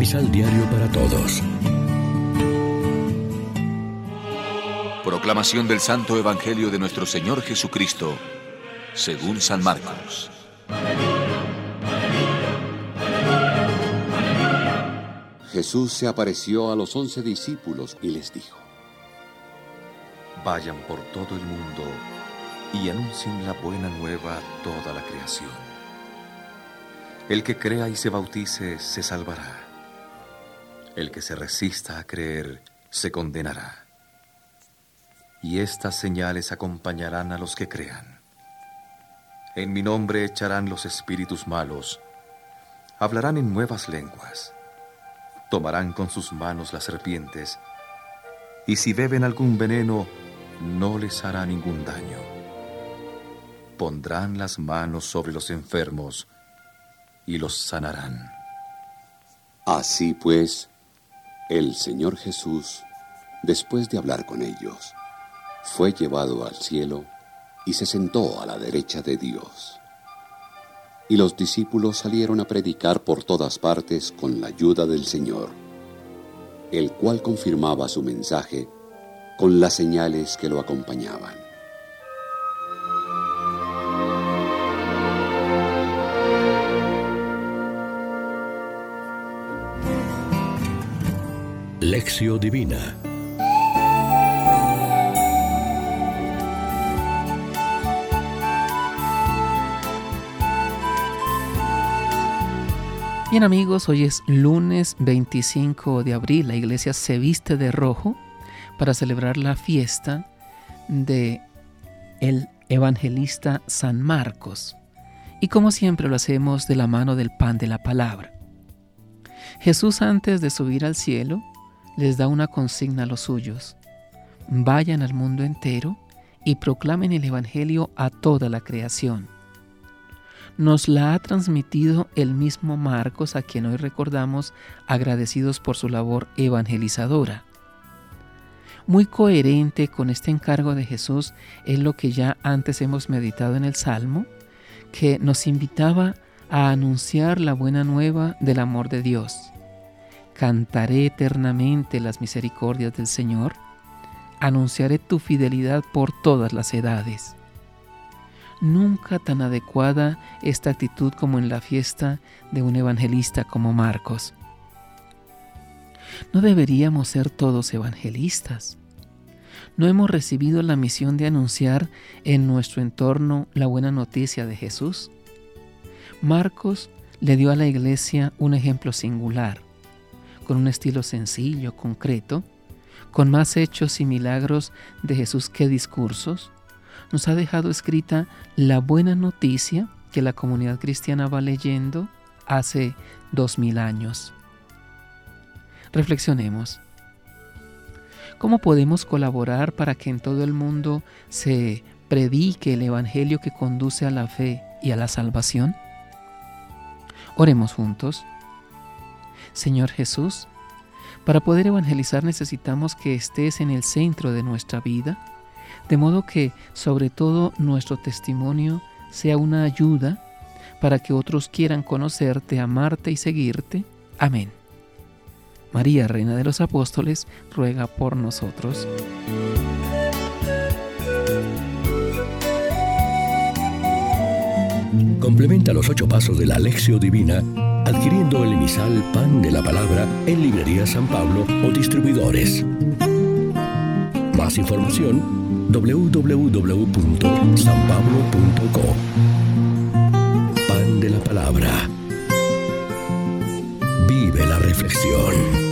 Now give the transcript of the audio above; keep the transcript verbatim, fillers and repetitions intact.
Misal Diario para Todos. Proclamación del Santo Evangelio de nuestro Señor Jesucristo, según San Marcos. Jesús se apareció a los once discípulos y les dijo: Vayan por todo el mundo y anuncien la buena nueva a toda la creación. El que crea y se bautice se salvará. El que se resista a creer se condenará. Y estas señales acompañarán a los que crean. En mi nombre echarán los espíritus malos, hablarán en nuevas lenguas, tomarán con sus manos las serpientes, y si beben algún veneno, no les hará ningún daño. Pondrán las manos sobre los enfermos y los sanarán. Así pues, el Señor Jesús, después de hablar con ellos, fue llevado al cielo y se sentó a la derecha de Dios. Y los discípulos salieron a predicar por todas partes con la ayuda del Señor, el cual confirmaba su mensaje con las señales que lo acompañaban. Lección Divina. Bien amigos, hoy es lunes veinticinco de abril. La iglesia se viste de rojo para celebrar la fiesta de el evangelista San Marcos. Y como siempre lo hacemos de la mano del pan de la palabra. Jesús, antes de subir al cielo, les da una consigna a los suyos: vayan al mundo entero y proclamen el evangelio a toda la creación. Nos la ha transmitido el mismo Marcos, a quien hoy recordamos agradecidos por su labor evangelizadora. Muy coherente con este encargo de Jesús es lo que ya antes hemos meditado en el Salmo, que nos invitaba a anunciar la buena nueva del amor de Dios. Cantaré eternamente las misericordias del Señor, anunciaré tu fidelidad por todas las edades. Nunca tan adecuada esta actitud como en la fiesta de un evangelista como Marcos. ¿No deberíamos ser todos evangelistas? ¿No hemos recibido la misión de anunciar en nuestro entorno la buena noticia de Jesús? Marcos le dio a la iglesia un ejemplo singular, con un estilo sencillo, concreto, con más hechos y milagros de Jesús que discursos. Nos ha dejado escrita la buena noticia que la comunidad cristiana va leyendo hace dos mil años. Reflexionemos. ¿Cómo podemos colaborar para que en todo el mundo se predique el evangelio que conduce a la fe y a la salvación? Oremos juntos. Señor Jesús, para poder evangelizar necesitamos que estés en el centro de nuestra vida, de modo que, sobre todo, nuestro testimonio sea una ayuda para que otros quieran conocerte, amarte y seguirte. Amén. María, Reina de los Apóstoles, ruega por nosotros. Complementa los ocho pasos de la Lección Divina adquiriendo el emisal Pan de la Palabra en Librería San Pablo o distribuidores. Más información doble u doble u doble u punto san pablo punto co. Pan de la Palabra. Vive la reflexión.